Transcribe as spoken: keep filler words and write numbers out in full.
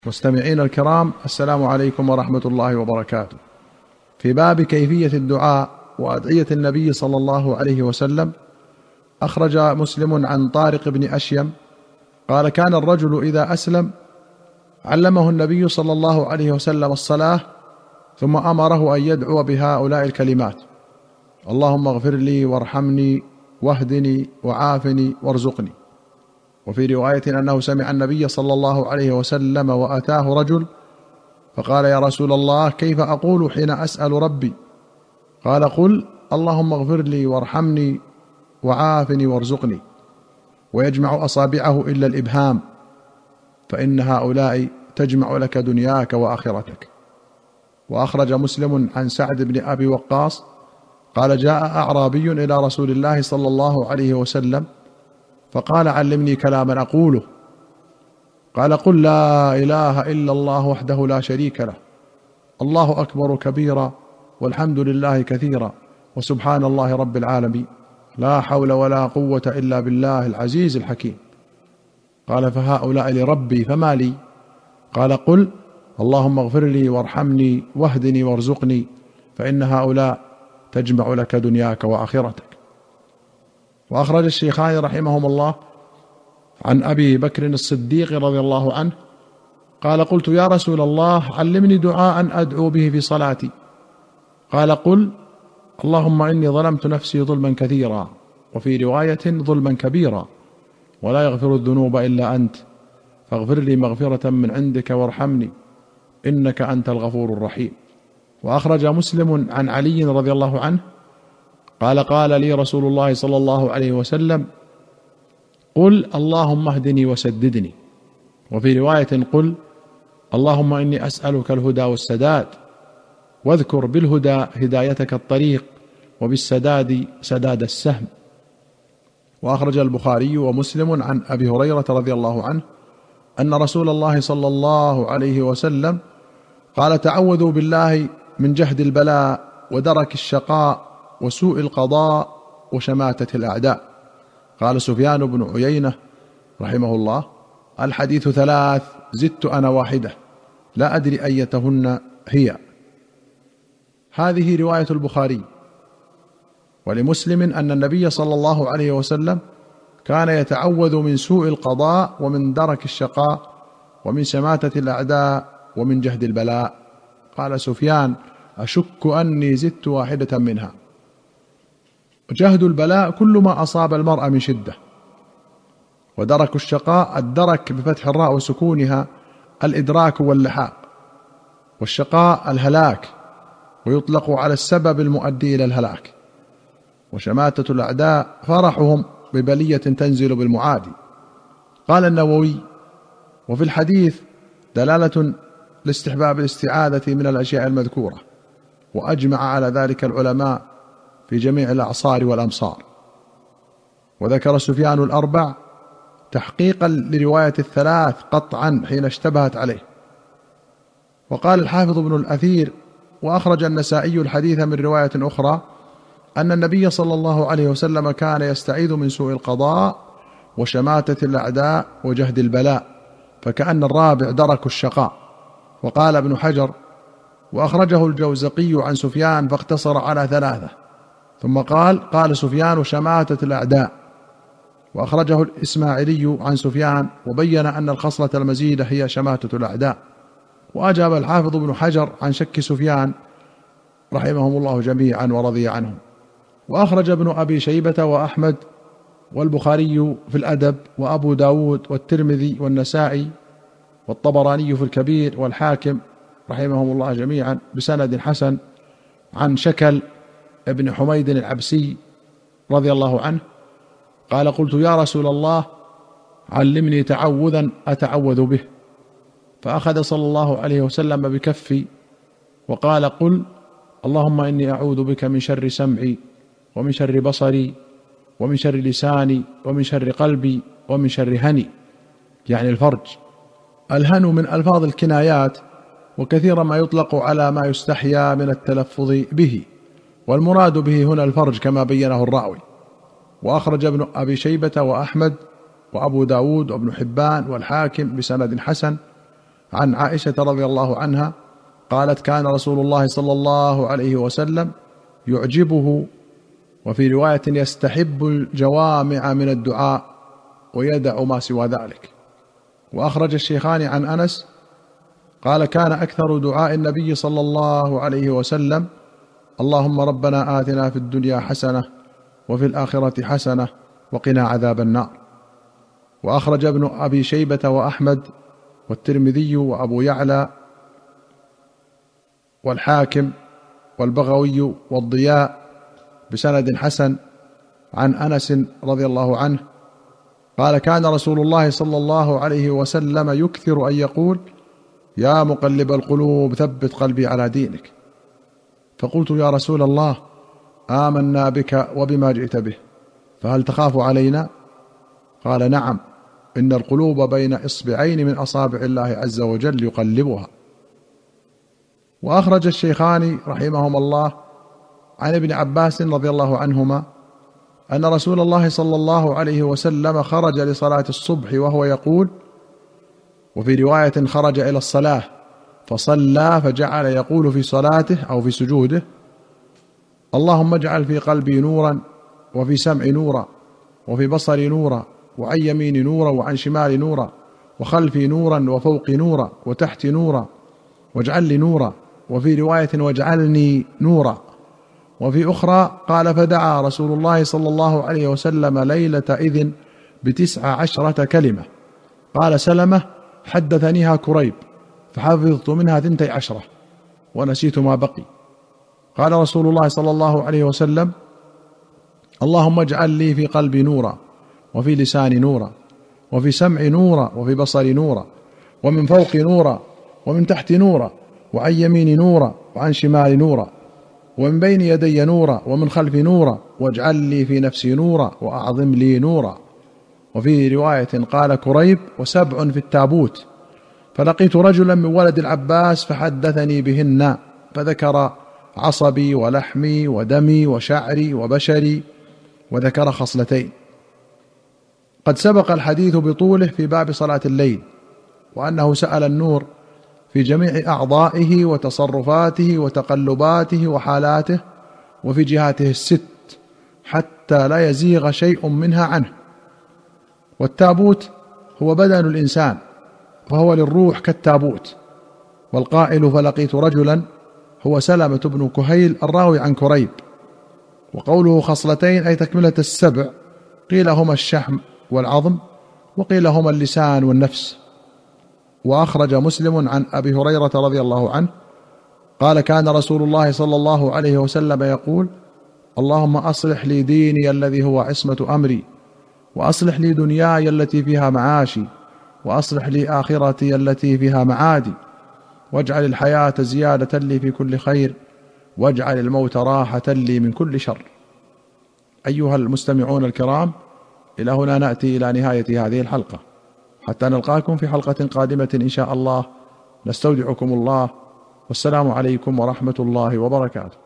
مستمعين الكرام، السلام عليكم ورحمة الله وبركاته. في باب كيفية الدعاء وأدعية النبي صلى الله عليه وسلم، أخرج مسلم عن طارق بن أشيم قال: كان الرجل إذا أسلم علمه النبي صلى الله عليه وسلم الصلاة، ثم أمره أن يدعو بهؤلاء الكلمات: اللهم اغفر لي وارحمني واهدني وعافني وارزقني. وفي رواية أنه سمع النبي صلى الله عليه وسلم وأتاه رجل فقال: يا رسول الله، كيف أقول حين أسأل ربي؟ قال: قل اللهم اغفر لي وارحمني وعافني وارزقني، ويجمع أصابعه إلا الإبهام، فإن هؤلاء تجمع لك دنياك وآخرتك. وأخرج مسلم عن سعد بن أبي وقاص قال: جاء أعرابي إلى رسول الله صلى الله عليه وسلم فقال: علمني كلاما أقوله. قال: قل لا إله إلا الله وحده لا شريك له، الله أكبر كبيرا، والحمد لله كثيرا، وسبحان الله رب العالمين، لا حول ولا قوة إلا بالله العزيز الحكيم. قال: فهؤلاء لربي فما لي؟ قال: قل اللهم اغفر لي وارحمني واهدني وارزقني، فإن هؤلاء تجمع لك دنياك وآخرتك. وأخرج الشيخان رحمهم الله عن أبي بكر الصديق رضي الله عنه قال: قلت يا رسول الله، علمني دعاء أدعو به في صلاتي. قال: قل اللهم إني ظلمت نفسي ظلما كثيرا، وفي رواية ظلما كبيرا، ولا يغفر الذنوب إلا أنت، فاغفر لي مغفرة من عندك وارحمني، إنك أنت الغفور الرحيم. وأخرج مسلم عن علي رضي الله عنه قال: قال لي رسول الله صلى الله عليه وسلم: قل اللهم اهدني وسددني. وفي رواية: قل اللهم إني أسألك الهدى والسداد، واذكر بالهدى هدايتك الطريق، وبالسداد سداد السهم. وأخرج البخاري ومسلم عن أبي هريرة رضي الله عنه أن رسول الله صلى الله عليه وسلم قال: تعوذوا بالله من جهد البلاء ودرك الشقاء وسوء القضاء وشماتة الأعداء. قال سفيان بن عيينة رحمه الله: الحديث ثلاث، زدت أنا واحدة، لا أدري أيتهن هي. هذه رواية البخاري. ولمسلم أن النبي صلى الله عليه وسلم كان يتعوذ من سوء القضاء ومن درك الشقاء ومن شماتة الأعداء ومن جهد البلاء. قال سفيان: أشك أني زدت واحدة منها. جهد البلاء كل ما أصاب المرء من شدة، ودرك الشقاء الدرك بفتح الراء وسكونها الإدراك واللحاق، والشقاء الهلاك، ويطلق على السبب المؤدي إلى الهلاك. وشماتة الأعداء فرحهم ببلية تنزل بالمعادي. قال النووي: وفي الحديث دلالة لاستحباب الاستعاذة من الأشياء المذكورة، وأجمع على ذلك العلماء في جميع الأعصار والأمصار. وذكر سفيان الأربع تحقيقا لرواية الثلاث قطعا حين اشتبهت عليه. وقال الحافظ ابن الأثير: وأخرج النسائي الحديث من رواية أخرى أن النبي صلى الله عليه وسلم كان يستعيذ من سوء القضاء وشماتة الأعداء وجهد البلاء، فكأن الرابع درك الشقاء. وقال ابن حجر: وأخرجه الجوزقي عن سفيان فاقتصر على ثلاثة، ثم قال: قال سفيان شماتة الأعداء. وأخرجه الإسماعيلي عن سفيان وبين أن الخصلة المزيدة هي شماتة الأعداء. وأجاب الحافظ ابن حجر عن شك سفيان رحمهم الله جميعا ورضي عنهم. وأخرج ابن أبي شيبة وأحمد والبخاري في الأدب، وأبو داود والترمذي والنسائي والطبراني في الكبير والحاكم رحمهم الله جميعا بسند حسن عن شكل ابن حميد العبسي رضي الله عنه قال: قلت يا رسول الله، علمني تعوذا أتعوذ به. فأخذ صلى الله عليه وسلم بكفي وقال: قل اللهم إني أعوذ بك من شر سمعي ومن شر بصري ومن شر لساني ومن شر قلبي ومن شر هني، يعني الفرج. الهن من ألفاظ الكنايات، وكثيرا ما يطلق على ما يستحيا من التلفظ به، والمراد به هنا الفرج كما بينه الراوي. وأخرج ابن أبي شيبة وأحمد وأبو داود وابن حبان والحاكم بسند حسن عن عائشة رضي الله عنها قالت: كان رسول الله صلى الله عليه وسلم يعجبه، وفي رواية يستحب الجوامع من الدعاء ويدع ما سوى ذلك. وأخرج الشيخان عن أنس قال: كان أكثر دعاء النبي صلى الله عليه وسلم: اللهم ربنا آتنا في الدنيا حسنة وفي الآخرة حسنة وقنا عذاب النار. وأخرج ابن أبي شيبة وأحمد والترمذي وأبو يعلى والحاكم والبغوي والضياء بسند حسن عن أنس رضي الله عنه قال: كان رسول الله صلى الله عليه وسلم يكثر أن يقول: يا مقلب القلوب ثبت قلبي على دينك. فقلت: يا رسول الله، آمنا بك وبما جئت به، فهل تخاف علينا؟ قال: نعم، إن القلوب بين إصبعين من أصابع الله عز وجل يقلبها. وأخرج الشيخان رحمهما الله عن ابن عباس رضي الله عنهما أن رسول الله صلى الله عليه وسلم خرج لصلاة الصبح وهو يقول، وفي رواية خرج إلى الصلاة فصلى فجعل يقول في صلاته أو في سجوده: اللهم اجعل في قلبي نورا وفي سمعي نورا وفي بصري نورا وعن يميني نورا وعن شمالي نورا وخلفي نورا وفوقي نورا وتحتي نورا واجعل لي نورا، وفي رواية واجعلني نورا. وفي أخرى قال: فدعا رسول الله صلى الله عليه وسلم ليلة إذن بتسع عشرة كلمة. قال سلمة: حدثنيها كريب فحفظت منها ثنتي عشرة ونسيت ما بقي. قال رسول الله صلى الله عليه وسلم: اللهم اجعل لي في قلبي نورا وفي لساني نورا وفي سمعي نورا وفي بصري نورا ومن فوقي نورا ومن تحت نورا وعن يميني نورا وعن شمالي نورا ومن بين يدي نورا ومن خلفي نورا واجعل لي في نفسي نورا وأعظم لي نورا. وفي رواية قال كريب: وسبع في التابوت، فلقيت رجلا من ولد العباس فحدثني بهن، فذكر عصبي ولحمي ودمي وشعري وبشري، وذكر خصلتين. قد سبق الحديث بطوله في باب صلاة الليل، وأنه سأل النور في جميع أعضائه وتصرفاته وتقلباته وحالاته وفي جهاته الست حتى لا يزيغ شيء منها عنه. والتابوت هو بدن الإنسان، فهو للروح كالتابوت. والقائل فلقيت رجلا هو سلمة بن كهيل الراوي عن كريب. وقوله خصلتين أي تكملة السبع، قيل هما الشحم والعظم، وقيل هما اللسان والنفس. وأخرج مسلم عن أبي هريرة رضي الله عنه قال: كان رسول الله صلى الله عليه وسلم يقول: اللهم أصلح لي ديني الذي هو عصمة أمري، وأصلح لي دنياي التي فيها معاشي، وأصلح لي آخرتي التي فيها معادي، واجعل الحياة زيادة لي في كل خير، واجعل الموت راحة لي من كل شر. أيها المستمعون الكرام، إلى هنا نأتي إلى نهاية هذه الحلقة، حتى نلقاكم في حلقة قادمة إن شاء الله. نستودعكم الله، والسلام عليكم ورحمة الله وبركاته.